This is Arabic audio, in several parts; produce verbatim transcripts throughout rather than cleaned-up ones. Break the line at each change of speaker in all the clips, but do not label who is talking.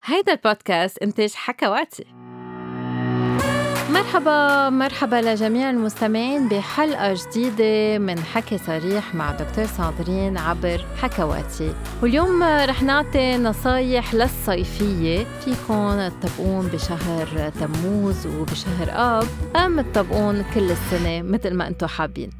هيدا البودكاست إنتاج حكواتي. مرحبا مرحبا لجميع المستمعين بحلقة جديدة من حكي صريح مع دكتور ساندرين عبر حكواتي. واليوم رح نعطي نصايح للصيفية، فيكن تطبقون بشهر تموز وبشهر آب أم تطبقون كل السنة مثل ما أنتو حابين.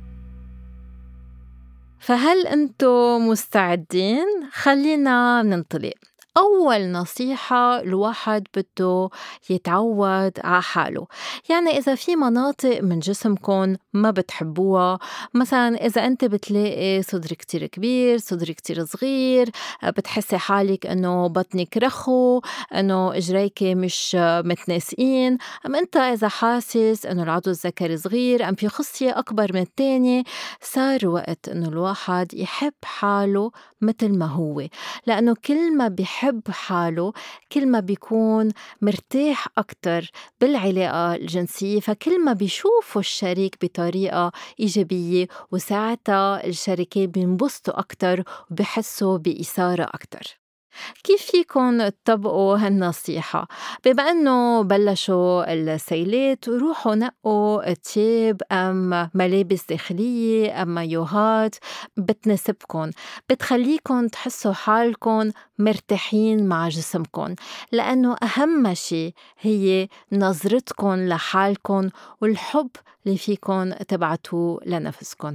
فهل أنتو مستعدين؟ خلينا ننطلق. أول نصيحة، الواحد بده يتعود على حاله. يعني إذا في مناطق من جسمكم ما بتحبوها، مثلا إذا أنت بتلاقي صدر كتير كبير، صدر كتير صغير، بتحسي حالك أنه بطنك رخو، أنه إجريك مش متناسقين، أم أنت إذا حاسس أنه العضو الذكري صغير أم في خصية أكبر من التاني، صار وقت أنه الواحد يحب حاله مثل ما هو. لأنه كل ما بيحب حاله كل ما بيكون مرتاح أكتر بالعلاقة الجنسية، فكل ما بيشوفوا الشريك بطريقة إيجابية، وساعتها الشريكين بينبسطوا أكتر وبيحسوا بإثارة أكتر. كيف فيكن تطبقوا هالنصيحة؟ بما أنه بلشوا السيلات، روحوا نقوا تياب أم ملابس داخلية أم مايوهات بتناسبكن، بتخليكن تحسوا حالكن مرتاحين مع جسمكن، لأنه أهم شيء هي نظرتكن لحالكن والحب اللي فيكن تبعتوه لنفسكن.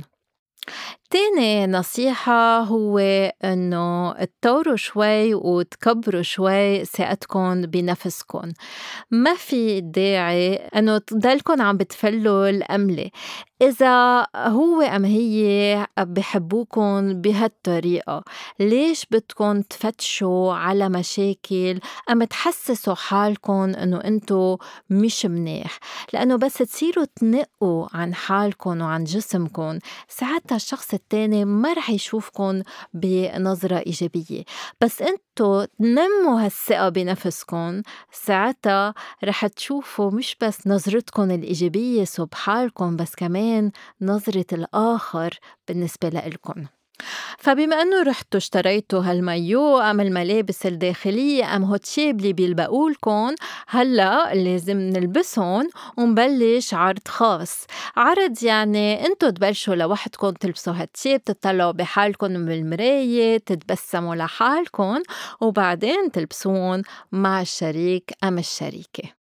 تاني نصيحة هو أنه تطوروا شوي وتكبروا شوي ثقتكن بنفسكن. ما في داعي أنه تضلكن عم بتفلوا الأملة. إذا هو أم هي بحبوكن بهالطريقة، ليش بدكن تفتشوا على مشاكل أم تحسسوا حالكن أنه أنتو مش منيح؟ لأنه بس تصيروا تنقوا عن حالكن وعن جسمكن، ساعتها الشخص التاني ما رح يشوفكن بنظرة إيجابية. بس أنتو تنموا هالثقة بنفسكن، ساعتها رح تشوفوا مش بس نظرتكن الإيجابية صوب حالكن، بس كمان نظرة الآخر بالنسبة لإلكن. فبما أنه رحتوا اشتريتوا هالمايو أم الملابس الداخلية أم هوتشيب اللي بيلبقولكن، هلأ لازم نلبسهم ونبلش عرض خاص. عرض يعني أنتوا تبلشوا لوحدكن تلبسوا هالتشيب، تطلعوا بحالكن بالمراية، تتبسموا لحالكن، وبعدين تلبسون مع الشريك أم الشريكة.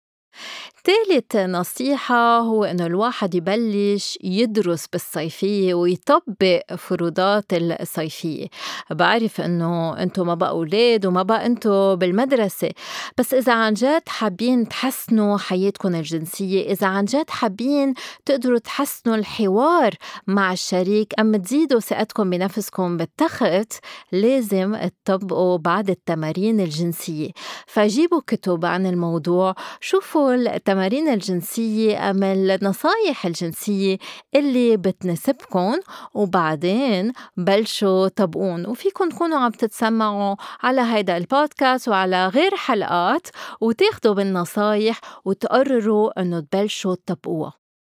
ثالث نصيحة هو إنه الواحد يبلش يدرس بالصيفية ويطبق فروضات الصيفية. بعرف إنه أنتو ما بقى أولاد وما بقى أنتو بالمدرسة، بس إذا عن جد حابين تحسنوا حياتكم الجنسية، إذا عن جد حابين تقدروا تحسنوا الحوار مع الشريك أم تزيدوا ثقتكم بنفسكم بالتخت، لازم تطبقوا بعض التمارين الجنسية. فجيبوا كتب عن الموضوع، شوفوا التمارين الجنسية أم النصايح الجنسية اللي بتناسبكن، وبعدين بلشوا طبقون. وفيكن تكونوا عم تتسمعوا على هيدا البودكاست وعلى غير حلقات وتاخدوا بالنصايح وتقرروا أنه تبلشوا تطبقوها.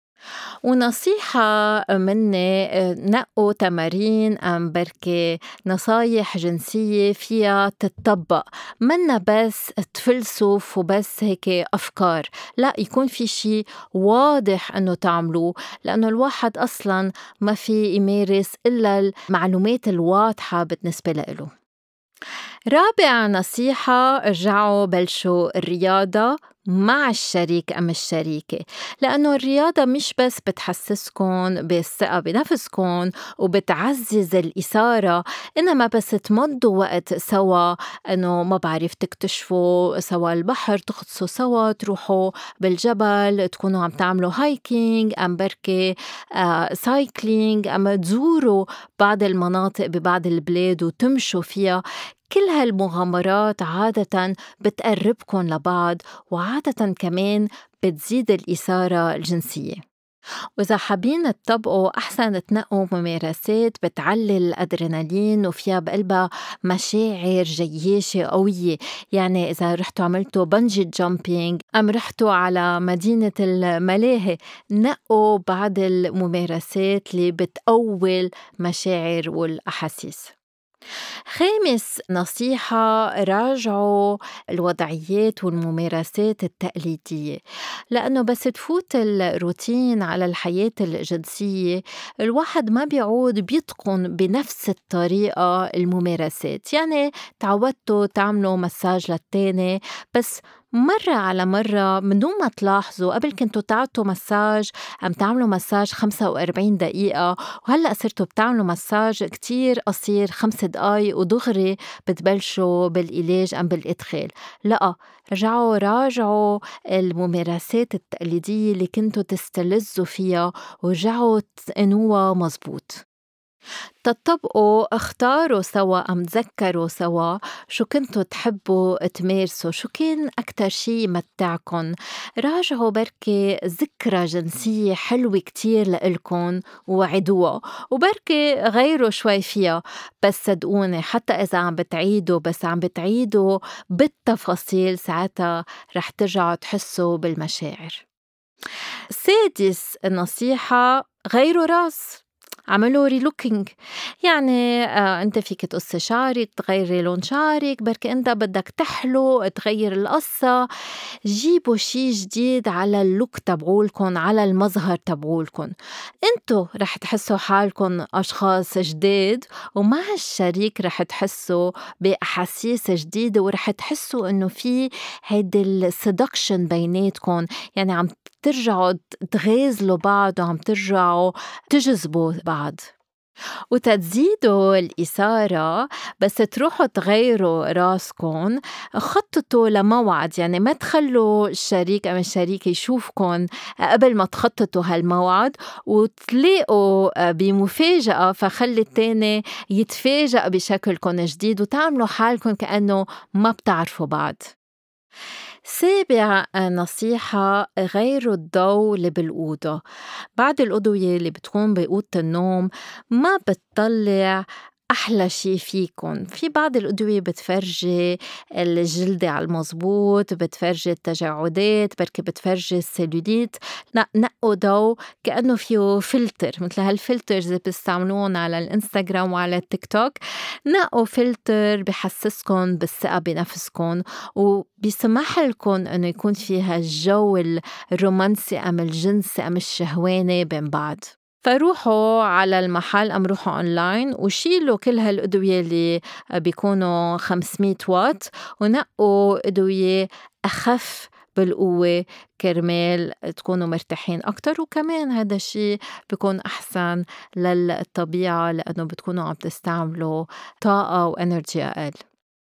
ونصيحة مني، نقوا تمارين أم بركة نصايح جنسية فيها تتطبق، منا بس تفلسف وبس هيك أفكار، لا، يكون في شي واضح أنه تعملوه، لأنه الواحد أصلاً ما في يمارس إلا المعلومات الواضحة بالنسبة له. رابع نصيحة، ارجعوا بلشوا الرياضة مع الشريك أم الشريكة، لأنه الرياضة مش بس بتحسسكن بالثقة بنفسكن وبتعزز الإثارة، إنما بس تمضوا وقت سوا، أنه ما بعرف تكتشفوا سوا البحر، تغطسوا سوا، تروحوا بالجبل، تكونوا عم تعملوا هايكينج أم بركة آه سايكلينج، أم تزوروا بعض المناطق ببعض البلاد وتمشوا فيها. كل هالمغامرات عادة بتقربكن لبعض، وعادة كمان بتزيد الإثارة الجنسية. وإذا حابين تطبقوا، أحسن تنقوا ممارسات بتعلي الأدرينالين وفيها بقلبها مشاعر جياشة قوية. يعني إذا رحتوا عملتوا بنجي جامبينج أم رحتوا على مدينة الملاهي، نقوا بعض الممارسات اللي بتقوي المشاعر والأحاسيس. خامس نصيحة: راجعوا الوضعيات والممارسات التقليدية، لأنه بس تفوت الروتين على الحياة الجنسية الواحد ما بيعود بيتقن بنفس الطريقة الممارسات. يعني تعودتوا تعملوا مساج للتاني، بس مرة على مرة من دون ما تلاحظوا قبل كنتوا تعطوا مساج عم تعملوا مساج خمسة وأربعين دقيقة، وهلأ صرتوا بتعملوا مساج كتير قصير خمس دقايق ودغري بتبلشوا بالعلاج أم بالإدخال. لأ، رجعوا راجعوا الممارسات التقليدية اللي كنتوا تستلذوا فيها ورجعوا تقنوها مزبوط. تطبقوا، اختاروا سوا أم تذكروا سوا شو كنتوا تحبوا تمارسوا، شو كان أكتر شي يمتعكن. راجعوا بركي ذكرى جنسية حلوة كتير لإلكن وعدوها، وبركي غيروا شوي فيها. بس صدقوني حتى إذا عم بتعيدوا بس عم بتعيدوا بالتفاصيل ساعتها رح ترجعوا تحسوا بالمشاعر. سادس نصيحة: غيروا راس، عملوا ريلوكينج. يعني آه انت فيك تقصي شعرك، تغيري لون شعرك، بركي انت بدك تحلو تغير القصة. جيبوا شي جديد على اللوك تبعولكن، على المظهر تبعولكن. انتو رح تحسوا حالكن اشخاص جديد، ومع الشريك رح تحسوا بأحاسيس جديدة، ورح تحسوا انه في هيدي السدكشن بيناتكن. يعني عم ترجعوا تغازلوا بعض وعم ترجعوا تجذبوا بعض. وتتزيدوا الإثارة بس تروحوا تغيروا راسكن، خططوا لموعد. يعني ما تخلوا الشريك أو الشريكة يشوفكن قبل ما تخططوا هالموعد وتلاقوا بمفاجأة، فخلي التاني يتفاجأ بشكلكن جديد وتعملوا حالكن كأنه ما بتعرفوا بعض. سابع نصيحة: غيروا الضوء اللي بالأوضة. بعد الأضوية اللي بتكون بأوضة النوم ما بتطلع أحلى شي فيكن. في بعض الأدوية بتفرجي الجلدة على المزبوط، بتفرجي التجاعدات، بركي بتفرجي السيلوليت. لا، نقوا ضوء كأنه فيه فلتر، مثل هالفلترز اللي بيستعملون على الانستغرام وعلى التيك توك. نقوا فلتر بحسسكن بالثقة بنفسكن وبيسمح لكم أنه يكون فيها الجو الرومانسي أم الجنسي أم الشهواني بين بعض. فروحوا على المحل أم روحوا أونلاين وشيلوا كل هالأدوية اللي بيكونوا خمسمية واط، ونقوا أدوية أخف بالقوة كرمال تكونوا مرتاحين أكتر. وكمان هذا الشي بيكون أحسن للطبيعة لأنه بتكونوا عم تستعملوا طاقة وإنرجي أقل.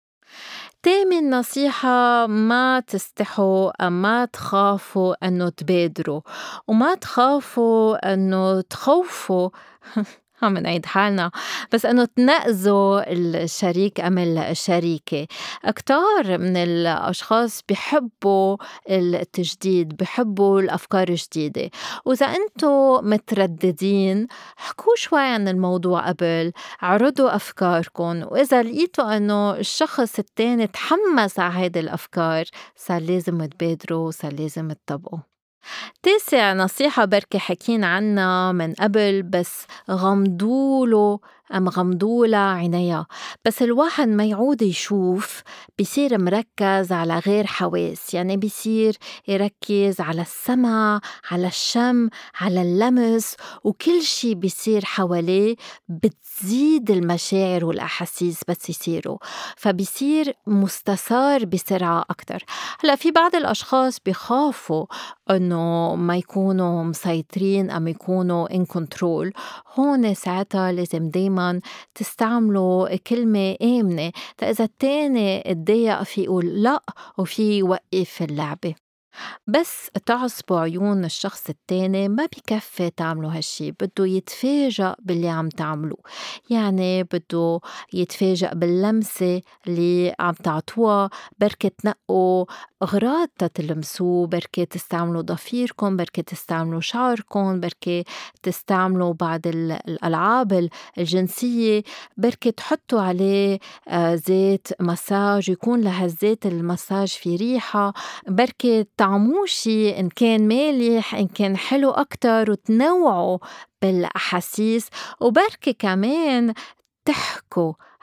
تامن نصيحة: ما تستحوا أم ما تخافوا أنه تبادروا، وما تخافوا أنه تخوفوا عم نعيد حالنا، بس أنه تنقذوا الشريك أم الشريكة. كتار من الأشخاص بيحبوا التجديد، بيحبوا الأفكار الجديدة. وإذا أنتوا مترددين حكوا شوي عن الموضوع قبل، عرضوا أفكاركم، وإذا لقيتوا أنه الشخص التاني تحمس على هيدي الأفكار صار لازم تبادروا، صار لازم تطبقوا. تاسع نصيحة بركي حكين عنها من قبل، بس غمضوله أم غمضولا عينيها. بس الواحد ما يعود يشوف بيصير مركز على غير حواس. يعني بيصير يركز على السمع، على الشم، على اللمس، وكل شي بيصير حواليه بتزيد المشاعر والأحاسيس بس يصيروا، فبيصير مستثار بسرعة أكتر. هلأ في بعض الأشخاص بيخافوا إنه ما يكونوا مسيطرين أم يكونوا in control. هون ساعتها لازم دايماً تستعملوا كلمة آمنة، تا إذا التاني اتضايق في يقول لأ وفي يوقف اللعبة. بس تعصبوا عيون الشخص التاني ما بكفي تعملوا هالشي، بدو يتفاجأ باللي عم تعملوا. يعني بدو يتفاجأ باللمسة اللي عم تعطوها. بركة تنقوا أغراض تتلمسوه، بركة تستعملوا ضفيركم، بركة تستعملوا شعركم، بركة تستعملوا بعض ال- الألعاب الجنسية، بركة تحطوا عليه آه زيت مساج يكون لهالزيت المساج في ريحة، بركة طعموه شي إن كان مالح إن كان حلو أكتر، وتنوعوا بالأحاسيس. وبركة كمان تحكوا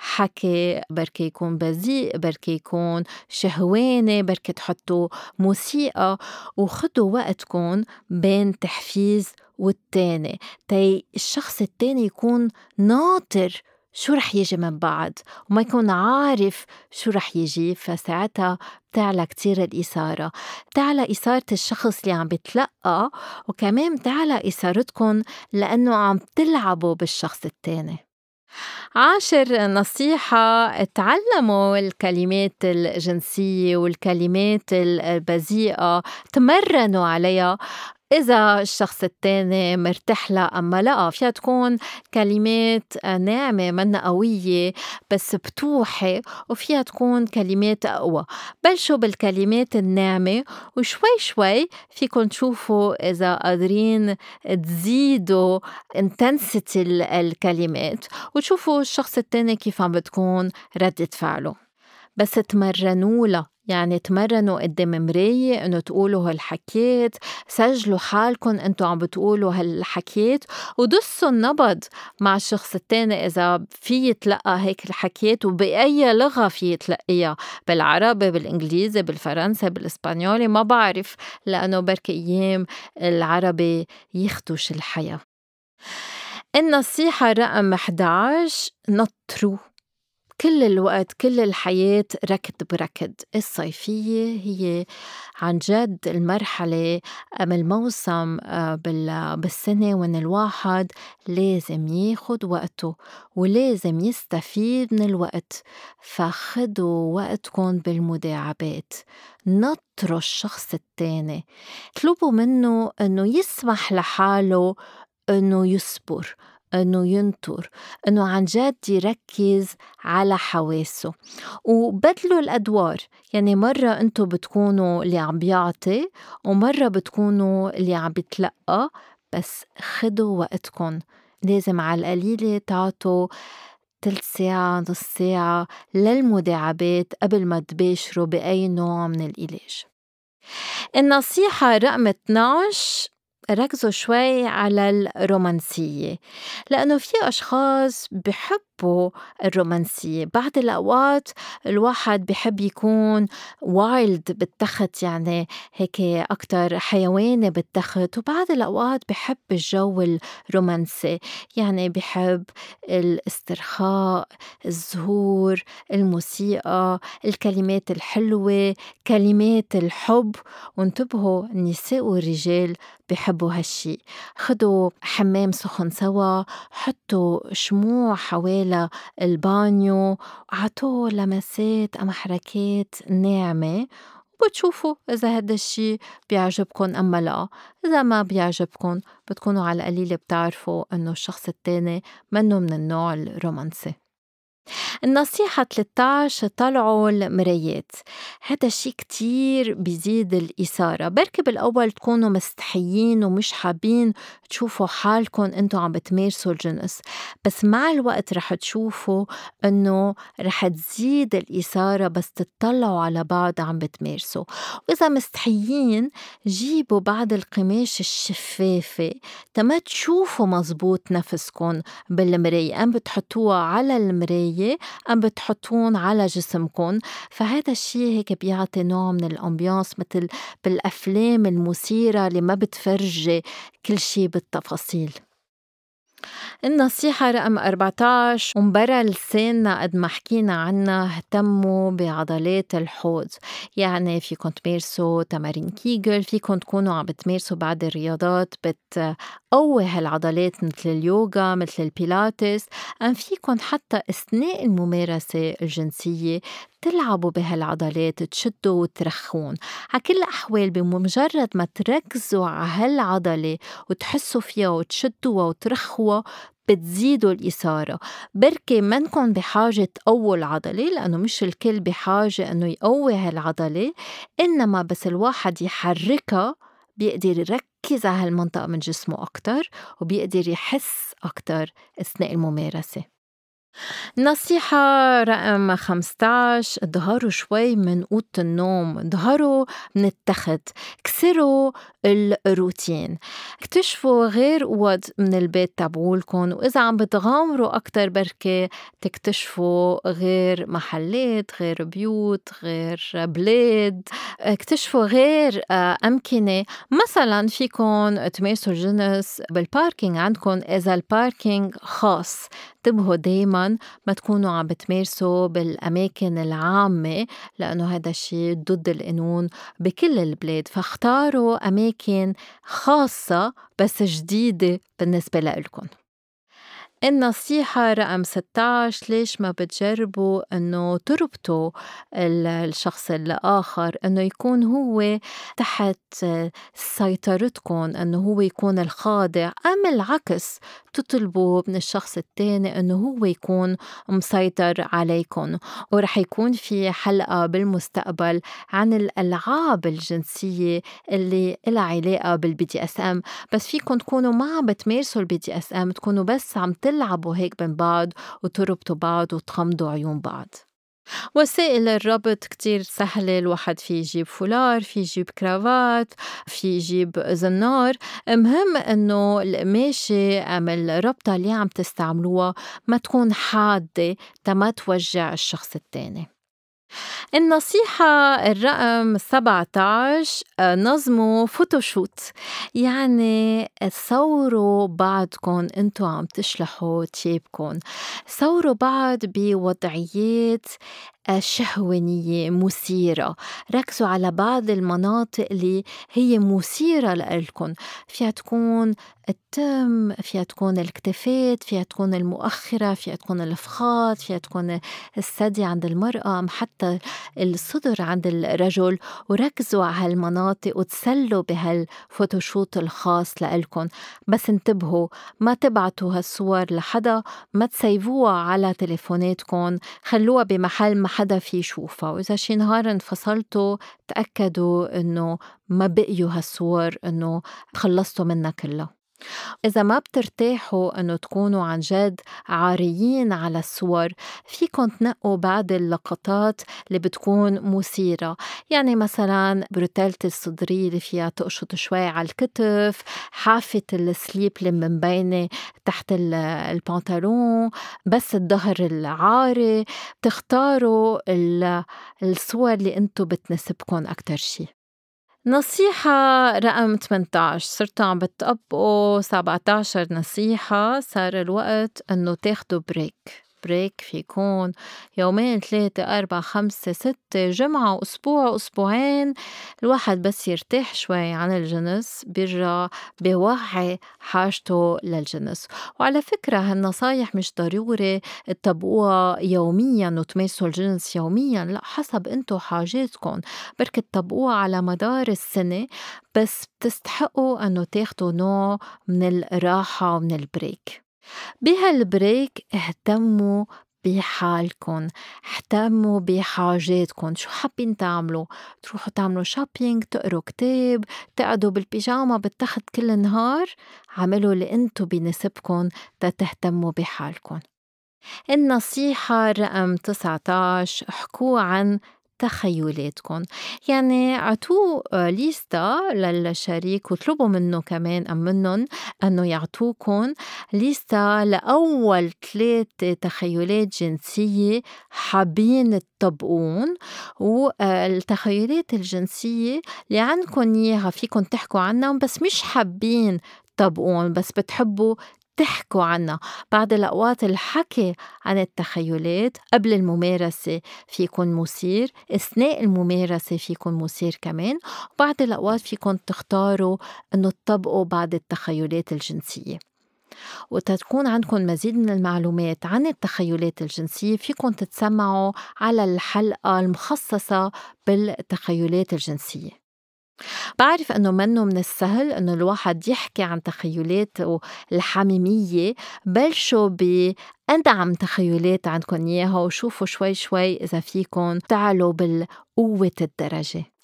حكي بركي يكون بذيء، بركي يكون شهواني، بركي تحطّوا موسيقى، وخدوا وقتكن بين تحفيز والتاني، تي الشخص التاني يكون ناطر شو رح يجي من بعد وما يكون عارف شو رح يجي، فساعتها بتعلى كتير الإثارة، بتعلى إثارة الشخص اللي عم بيتلقّى، وكمان بتعلى إثارتكن لإنّو عم تلعبوا بالشخص التاني. عاشر نصيحة: اتعلّموا الكلمات الجنسية والكلمات ال البذيئة، تمرّنوا عليها إذا الشخص التاني مرتاح لها أمّا لأ. فيها تكون كلمات ناعمة منّا قويّة بس بتوحي، وفيها تكون كلمات أقوى. بلشوا بالكلمات الناعمة وشوي شوي فيكن تشوفوا إذا قادرين تزيدوا intensity ال الكلمات، وتشوفوا الشخص التاني كيف عم بتكون ردّة فعله. بس تمرّنولا، يعني تمرّنوا قدّام مراية إنّو تقولوا هالحكيات، سجلوا حالكن إنتو عم بتقولوا هالحكيات، ودسّوا النّبض مع الشخص التاني إذا في يتلقّى هيك الحكيات وبأي لغة في يتلقّيها، بالعربي، بالإنجليزي، بالفرنسي، بالإسبانيولي، ما بعرف، لإنّو بركي أيام العربي يختُش الحياة. النصيحة رقم حداعش: نطروا كل الوقت، كل الحياة ركض بركض. الصيفية هي عن جد المرحلة أم الموسم آه، بال- بالسنة وإن الواحد لازم ياخد وقته ولازم يستفيد من الوقت، فخدوا وقتكن بالمداعبات، نطروا الشخص التاني، اطلبوا منه إنه يسمح لحاله إنه يصبر، إنه ينطر، إنه عن جد يركز على حواسه، وبدلوا الأدوار. يعني مرة أنتو بتكونوا اللي عم بيعطي ومرة بتكونوا اللي عم بتلقى، بس خدوا وقتكن. لازم على القليلة تعطوا تلت ساعة نص ساعة للمداعبات قبل ما تباشروا بأي نوع من العلاج. النصيحة رقم اتناش: ركزوا شوي على الرومانسية، لأنه في أشخاص بحبوا الرومانسية. بعض الأوقات الواحد بحب يكون وايلد بالتخت، يعني هيك أكتر حيواني بالتخت، وبعض الأوقات بحب الجو الرومانسي، يعني بحب الاسترخاء، الزهور، الموسيقى، الكلمات الحلوة، كلمات الحب. وانتبهوا، النساء والرجال بحبوا هالشي. خدوا حمام سخن سوا، حطوا شموع حوالي البانيو، عطوه لمسات أم حركات ناعمة، وبتشوفوا إذا هيدا الشي بيعجبكن أما لا. إذا ما بيعجبكن بتكونوا على القليلة بتعرفوا إنه الشخص التاني منه من النوع الرومانسي. النصيحة تلتاش: طلعوا المرايات. هذا الشي كتير بيزيد الإثارة. بركي بالأول تكونوا مستحيين ومش حابين تشوفوا حالكم أنتوا عم بتمارسوا الجنس، بس مع الوقت رح تشوفوا أنه رح تزيد الإثارة بس تطلعوا على بعض عم بتمارسوا. وإذا مستحيين جيبوا بعض القماش الشفافة تما تشوفوا مزبوط نفسكن بالمراية، أم بتحطوها على المراية أم بتحطون على جسمكن. فهذا الشي هيك بيعطي نوع من الأمبيانس، مثل بالأفلام المثيرة اللي ما بتفرجي كل شي بالتفاصيل. النصيحة رقم أربعتاش: ومبرا لساننا قد ما حكينا عنّا، اهتموا بعضلات الحوض. يعني فيكن تمارسوا تمارين كيجل، فيكن تكونوا عم بتمارسوا بعض الرياضات بتقوي هالعضلات مثل اليوغا، مثل البيلاتس، أم فيكن حتى أثناء الممارسة الجنسية تلعبوا بهالعضلات، تشدوا وترخون. عكل الأحوال بمجرد ما تركزوا على هالعضلة وتحسوا فيها وتشدوا وترخوا بتزيدوا الإثارة. بركي منكن بحاجة تقووا العضلة، لأنه مش الكل بحاجة أنه يقوي هالعضلة، إنما بس الواحد يحركها بيقدر يركز على هالمنطقة من جسمه أكتر، وبيقدر يحس أكتر أثناء الممارسة. نصيحة رقم خمستاش: اضهروا شوي من أوضة النوم، اضهروا من التخت، كسروا الروتين، اكتشفوا غير أوض من البيت تبعولكن، وإذا عم بتغامروا أكتر بركي تكتشفوا غير محلات، غير بيوت، غير بلاد، اكتشفوا غير آه، أمكنة. مثلا فيكن تمارسوا الجنس بالباركينج عندكن إذا الباركينج خاص. انتبهوا دايما ما تكونوا عم بتمارسوا بالأماكن العامة، لأنه هذا الشيء ضد القانون بكل البلاد، فاختاروا أماكن خاصة بس جديدة بالنسبة لإلكن. النصيحة رقم ستاش: ليش ما بتجربوا إنه تربطوا ال- الشخص الآخر، إنه يكون هو تحت سيطرتكن، إنه هو يكون الخاضع، أم العكس تطلبوا من الشخص التاني إنه هو يكون مسيطر عليكن. ورح يكون في حلقة بالمستقبل عن الألعاب الجنسية اللي إلها علاقة بالبي دي اس ام، بس فيكن تكونوا ما عم بتمارسوا البي دي اس ام، تكونوا بس عم تلعبوا هيك بين بعض وتربطوا بعض وتغمضوا عيون بعض. وسائل الربط كتير سهلة، الواحد في يجيب فولار، في يجيب كرافات، في يجيب زنار. مهم انه القماشة ام الربطة اللي عم تستعملوها ما تكون حادة تا ما توجع الشخص التاني. النصيحة الرقم سبعتاش: آه، نظموا فوتوشوت، يعني صوروا بعضكن انتو عم تشلحوا تيابكن، صوروا بعض بوضعيات آه، شهوانية مثيرة، ركزوا على بعض المناطق اللي هي مثيرة لإلكن، فيها تكون التم، فيها تكون الكتفات، فيها تكون المؤخرة، فيها تكون الفخاذ، فيها تكون الثدي عند المرأة، أم حتى الصدر عند الرجل. وركزوا على هالمناطق وتسلوا بهالفوتوشوت الخاص لإلكن. بس انتبهوا ما تبعتوا هالصور لحدا، ما تسيفوها على تليفوناتكن، خلوها بمحل ما حدا في يشوفها، وإذا شي نهار انفصلتوا تأكدوا إنه ما بقيوا هالصور، إنه تخلصتوا منها كلها. إذا ما بترتاحوا إنه تكونوا عن جد عاريين على الصور، فيكن تنقوا بعض اللقطات اللي بتكون مثيرة، يعني مثلا بروتالة الصدرية اللي فيها تقشط شوي على الكتف، حافة السليب اللي من بينة تحت ال- البنطلون، بس الظهر العاري. تختاروا ال- الصور اللي انتو بتناسبكن أكتر شي. نصيحة رقم تمنتاش: صرتوا عم بتطبقوا سبعتاشر نصيحة، صار الوقت إنه تاخدوا بريك. بريك في يكون يومين، ثلاثة، أربعة، خمسة، ستة، جمعة، أسبوع، أسبوعين. الواحد بس يرتاح شوي عن الجنس بيرجع بوعي حاجته للجنس. وعلى فكرة هالنصايح مش ضروري تطبقوها يوميا وتمارسوا الجنس يوميا، لا، حسب انتو حاجاتكم، بركي تطبقوها على مدار السنة، بس بتستحقوا أنه تاخدوا نوع من الراحة ومن البريك. بهالبريك اهتموا بحالكن، اهتموا بحاجاتكن، شو حابين تعملوا؟ تروحوا تعملوا شوبينج، تقروا كتاب، تقعدوا بالبيجاما بالتخت كل النهار؟ عملوا اللي انتو بيناسبكن تا تهتموا بحالكن. النصيحة رقم تسعتاش: احكوا عن تخيلاتكن، يعني عطوه آه، ليستا للشريك وطلبوا منه كمان أم منن أنه يعطوكن ليستا لأول ثلاثة تخيلات جنسية حابين تطبقون. والتخيلات الجنسية اللي عندكن إياها فيكن تحكوا عنهم، بس مش حابين تطبقون، بس بتحبوا تحكوا عنها. بعض الأوقات الحكي عن التخيلات قبل الممارسة فيكون مثير، أثناء الممارسة فيكون مثير كمان، وبعض الأوقات فيكون تختاروا إنه تطبقوا بعض التخيلات الجنسية. وتكون عندكم مزيد من المعلومات عن التخيلات الجنسية فيكن تتسمعوا على الحلقة المخصصة بالتخيلات الجنسية. بعرف إنه منّو من السهل إنه الواحد يحكي عن تخيُّلاته الحميمية، بلشوا بأدعم تخيُّلات عندكن إياها وشوفوا شوي شوي إذا فيكن تعلوا بالقوة الدرجة.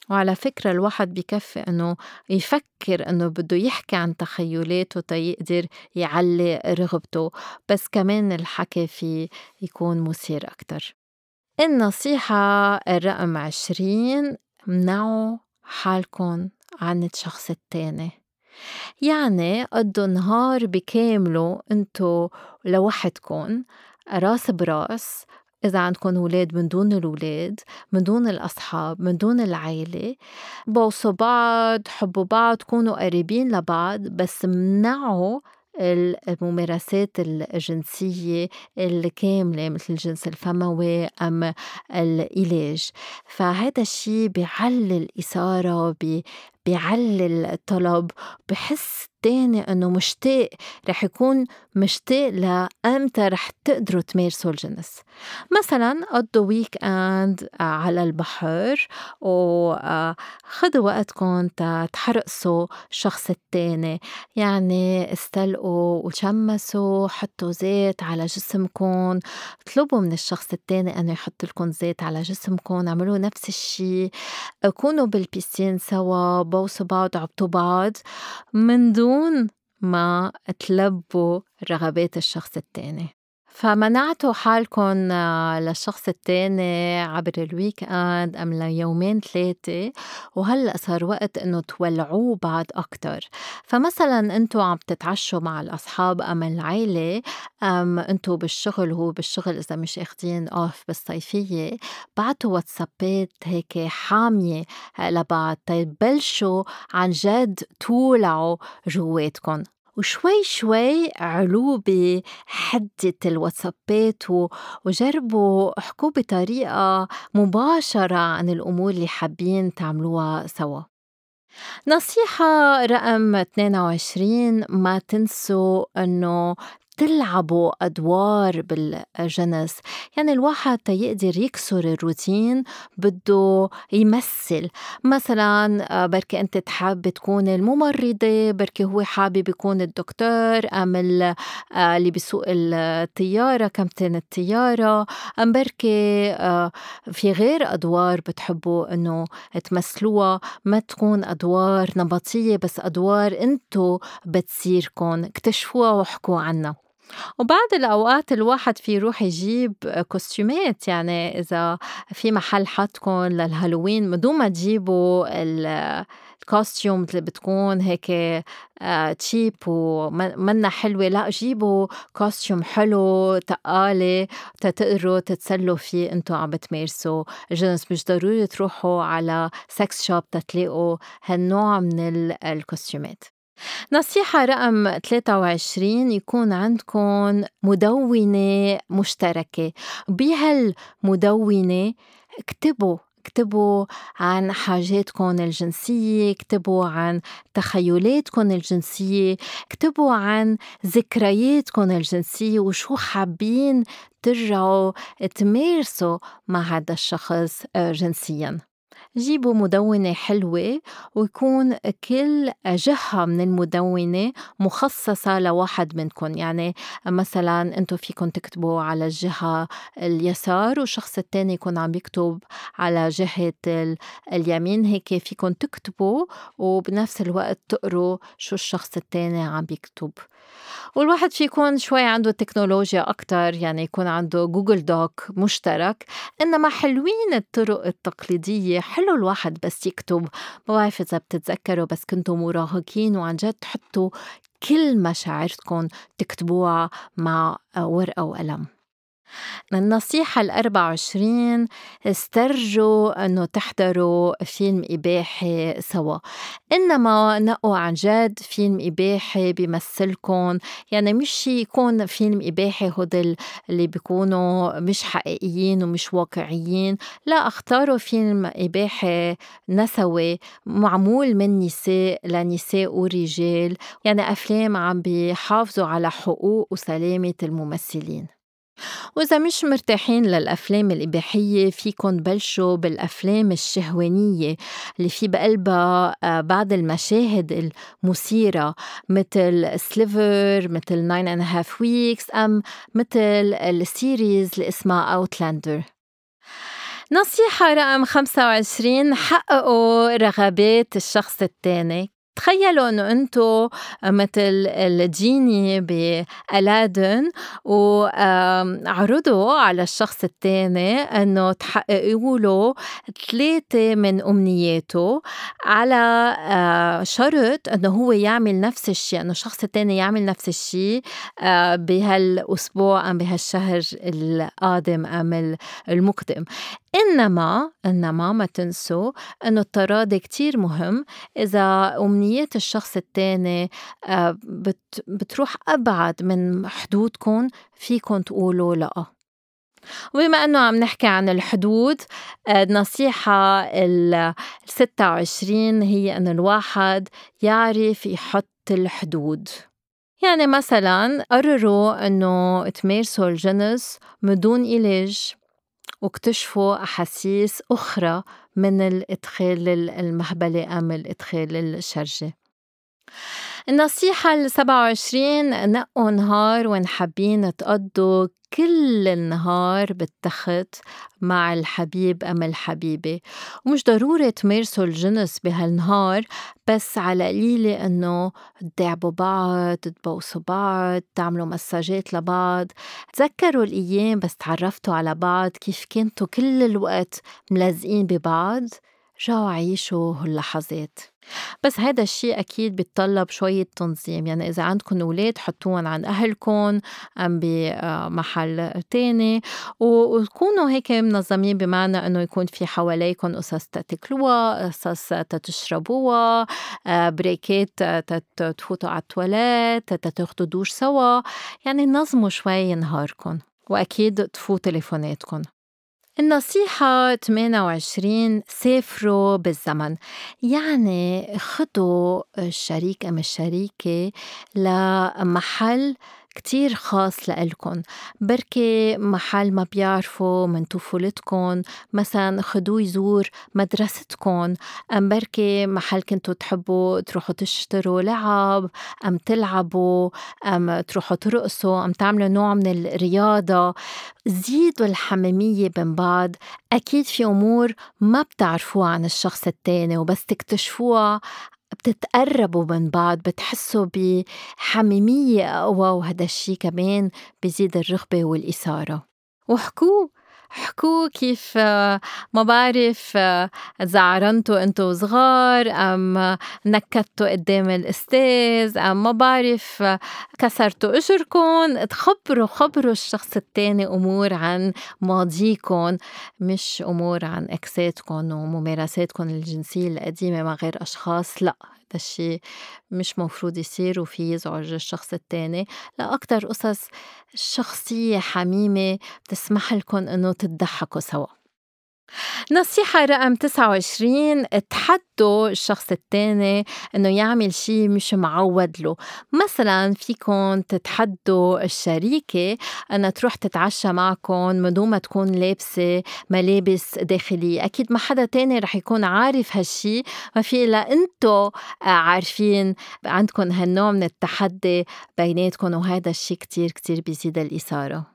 وعلى فكرة الواحد بكفي إنه يفكر إنه بده يحكي عن تخيلاته تيقدر يعلي رغبته، بس كمان الحكي فيه يكون مثير أكتر. النصيحة الرقم عشرين: منعوا حالكن عن الشخص التاني. يعني قضوا نهار بكامله انتو لوحدكن راس براس، إذا عندكن ولاد من دون الولاد، من دون الأصحاب، من دون العيلة، بوصوا بعض، حبوا بعض، كونوا قريبين لبعض، بس منعوا ال- الممارسات الجنسية الكاملة مثل الجنس الفموي أم الإيلاج. فهذا الشي بيعلي الإثارة، بي بيعلي الطلب، بحس التاني إنه مشتاق، رح يكون مشتاق لأمتى رح تقدروا تمارسوا الجنس. مثلاً قضوا ويك أند على البحر، وخدوا وقتكم تا تحرقصوا الشخص التاني، يعني استلقوا وشمسوا، حطوا زيت على جسمكن، اطلبوا من الشخص التاني إنه يحط لكم زيت على جسمكن، عملوا نفس الشي، كونوا بالبيسين سوا، بوسوا بعض، عبطوا بعض من دون ما تلبوا رغبات الشخص التاني. فمنعتوا حالكن آه، للشخص التاني عبر الويكند أم ليومين ثلاثة، وهلأ صار وقت إنه تولعوه بعض أكتر. فمثلا انتو عم تتعشوا مع الأصحاب أم العيلة، أم انتو بالشغل وهو بالشغل إذا مش اخدين أوف بالصيفية، بعتوا واتسابات هيك حامية لبعض تبلشوا عن جد تولعوا جواتكن، وشوي شوي علو بحدة الواتسابات و- وجربوا احكوا بطريقة مباشرة عن الأمور اللي حابين تعملوها سوا. نصيحة رقم اثنين وعشرين: ما تنسوا إنه تلعبوا أدوار بالجنس. يعني الواحد تيقدر يكسر الروتين بده يمثل، مثلا آه، بركي أنت تحب تكون الممرضة، بركي هو حابب يكون الدكتور أم ال- آه، اللي بيسوق الطيارة، كابتن الطيارة، أم بركي آه، في غير أدوار بتحبوا إنه تمثلوها، ما تكون أدوار نمطية بس أدوار انتو بتصيركن، اكتشفوها واحكوا عنها. وبعض الأوقات الواحد في يروح يجيب كوستيومات، يعني إذا في محل حطكن للهالوين بدون ما تجيبوا ال- الكوستيوم اللي بتكون هيك تشيب ومنا حلوة، لا جيبوا كوستيوم حلو تقالي تتقدروا تتسلوا فيه انتو عم بتمارسوا جنس. مش ضروري تروحوا على سكس شوب تتلاقوا هالنوع من ال- الكوستيومات. نصيحة رقم ثلاثة وعشرين: يكون عندكن مدونة مشتركة. بهالمدونة اكتبوا اكتبوا عن حاجاتكن الجنسية، اكتبوا عن تخيلاتكن الجنسية، اكتبوا عن ذكرياتكن الجنسية وشو حابين ترجعوا تمارسوا مع هذا الشخص آه، جنسياً. جيبوا مدونة حلوة ويكون كل جهة من المدونة مخصصة لواحد منكم، يعني مثلا انتو فيكن تكتبوا على الجهة اليسار والشخص التاني يكون عم يكتب على جهة ال- اليمين، هيك فيكن تكتبوا وبنفس الوقت تقروا شو الشخص التاني عم يكتب. والواحد في يكون شوي عنده تكنولوجيا أكتر، يعني يكون عنده جوجل دوك مشترك. إنما حلوين الطرق التقليدية، حلو الواحد بس يكتب. ما بعرف إذا بتتذكروا بس كنتوا مراهقين وعن جد تحطوا كل مشاعركم تكتبوها مع ورقة وقلم. النصيحة الأربع وعشرين: استرجوا أنه تحضروا فيلم إباحي سوا، إنما نقوا عن جد فيلم إباحي بيمثلكن، يعني مش يكون فيلم إباحي هدول اللي بيكونوا مش حقيقيين ومش واقعيين، لا اختاروا فيلم إباحي نسوي معمول من نساء لنساء ورجال، يعني أفلام عم بيحافظوا على حقوق وسلامة الممثلين. وإذا مش مرتاحين للأفلام الإباحية فيكن بلشوا بالأفلام الشهوانية اللي في بقلبها آه، بعض المشاهد المثيرة، مثل سليفر، مثل ناين and a half weeks، أم مثل السيريز اللي اسمها Outlander. نصيحة رقم خمسة وعشرين، حققوا رغبات الشخص التاني. تخيّلوا إنه أنتم متل الجيني بألادن و آمم عرضوا على الشخص التاني إنه تحققوا له ثلاثة من أمنياته على آآ شرط إنه هو يعمل نفس الشي، إنه الشخص التاني يعمل نفس الشي آآ بهالأسبوع أم بهالشهر القادم أم ال المُقدم. إنما، إنما ما تنسوا إنه التراضي كتير مهم. إذا أمنيات الشخص التاني آآ بت بتروح أبعد من حدودكن، فيكن تقولوا لأ. وبما إنه عم نحكي عن الحدود، آآ النصيحة ال الستة وعشرين هي إنه الواحد يعرف يحط الحدود. يعني مثلًا قرروا إنه تمارسوا الجنس من دون علاج، واكتشفوا أحاسيس أخرى من الإدخال ال المهبلي أم الإدخال الشرجي. النصيحة السبعة وعشرين، نقوا نهار وين حابين تقضوا كل النهار بالتخت مع الحبيب أم الحبيبة، ومش ضروري تمارسوا الجنس بهالنهار، بس على قليلة إنه تداعبوا بعض، تبوسوا بعض، تعملوا مساجات لبعض. تذكروا الأيام بس تعرفتوا على بعض كيف كنتوا كل الوقت ملازقين ببعض. رجعوا عيشوا هاللحظات. بس هيدا الشي أكيد بيتطلب شوية تنظيم، يعني إذا عندكن ولاد حطوهن عن أهلكن أم بمحل تاني، و- وتكونوا هيك منظمين، بمعنى إنه يكون في حواليكن قصص تتكلوها، قصص تتشربوها، آه، بريكات تت- تفوتوا على التواليت، تتاخدوا دوش سوا. يعني نظموا شوي نهاركن، وأكيد تفوتوا تليفوناتكن. النصيحة ثمانية وعشرين، سافروا بالزمن. يعني خدوا الشريك أم الشريكة لمحل كتير خاص لإلكن، بركي محل ما بيعرفوا من طفولتكن، مثلا خدوه يزور مدرستكن، أم بركي محل كنتوا تحبوا تروحوا تشتروا لعب أم تلعبوا أم تروحوا ترقصوا أم تعملوا نوع من الرياضة. زيدوا الحميمية بين بعض. أكيد في أمور ما بتعرفوها عن الشخص التاني، وبس تكتشفوها بتتقربوا من بعض، بتحسوا بحميمية أقوى، وهذا الشي كمان بيزيد الرغبة والإثارة. وحكوا حكوا كيف آه، ما بعرف آه، زعرنتوا انتو صغار أم نكدتوا قدام الأستاذ أم ما بعرف آه، كسرتوا إجركن. تخبروا خبروا الشخص التاني أمور عن ماضيكن، مش أمور عن إكساتكن وممارساتكن الجنسية القديمة مع غير أشخاص. لأ، هذا الشي مش مفروض يصير، وفي يزعج الشخص التاني. لا، أكتر قصص شخصية حميمة بتسمح لكم إنه تضحكوا سوا. نصيحة رقم تسعة وعشرين، تحدّوا الشخص التاني إنه يعمل شي مش معوّد له. مثلاً فيكن تتحدّوا الشريكة إنها تروح تتعشى معكن من دون ما تكون لابسة ملابس داخلية. أكيد ما حدا تاني رح يكون عارف هالشي، ما في إلا إنتو عارفين. عندكن هالنوع من التحدّي بيناتكن، وهيدا الشي كتير كتير بيزيد الإثارة.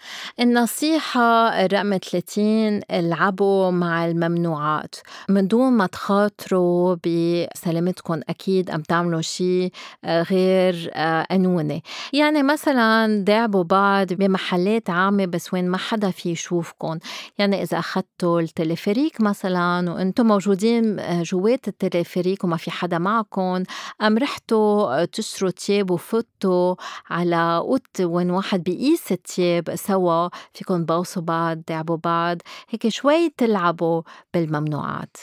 النصيحة رقم ثلاثين، العبوا مع الممنوعات من دون ما تخاطروا بسلامتكن أكيد أم تعملوا شي آه، غير آه، قانوني. يعني مثلا داعبوا بعض بمحلات عامة بس وين ما حدا في يشوفكن. يعني إذا أخدتوا التلفريك مثلا وإنتم موجودين آه، جوات التلفريك وما في حدا معكن، أم رحتوا آه، تشتروا تياب وفتوا على قط وين واحد بيقيس التياب سوا، فيكن بوسوا بعض، دعبوا بعض، هيك شوي تلعبوا بالممنوعات.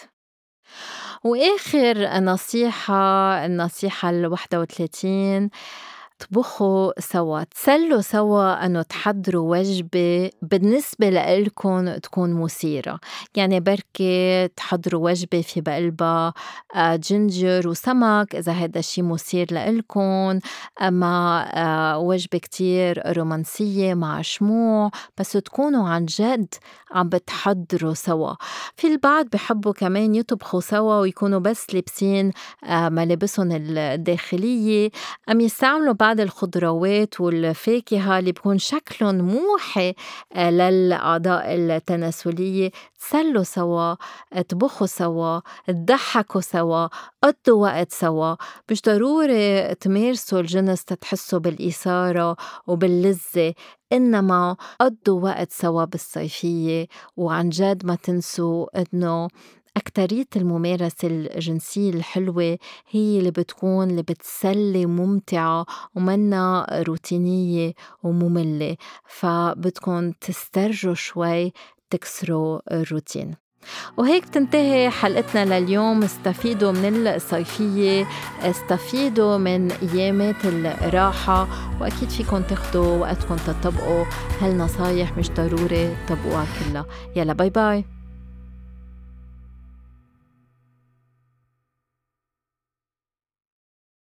وآخر نصيحة، النصيحة الواحدة وثلاثين، اطبخوا سوا، تسلوا سوا إنه تحضروا وجبة بالنسبة لإلكن تكون مثيرة. يعني بركي تحضروا وجبة في بقلبها آه، جنجر وسمك إذا هيدا الشي مثير لإلكن، أما آه، وجبة كتير رومانسية مع شموع، بس تكونوا عن جد عم بتحضروا سوا. في البعض بحبوا كمان يطبخوا سوا ويكونوا بس لابسين آه، ملابسهم الداخلية، أم يستعملوا بعض بعض الخضروات والفاكهة اللي بيكون شكلهم موحي آه، للأعضاء التناسلية، تسلوا سوا، اطبخوا سوا، تضحكوا سوا، قضوا وقت سوا. مش ضروري تمارسوا الجنس تتحسوا بالإثارة وباللذة، إنما قضوا وقت سوا بالصيفية. وعن جد ما تنسوا إنه أكترية الممارسة الجنسية الحلوة هي اللي بتكون اللي بتسلي ممتعة ومنا روتينية ومملة، فبدكن تسترجوا شوي تكسروا الروتين. وهيك تنتهي حلقتنا لليوم. استفيدوا من الصيفية، استفيدوا من أيامات الراحة، وأكيد فيكن تاخدوا وقتكن تطبقوا هالنصايح، مش ضروري تطبقوها كلها. يلا باي باي.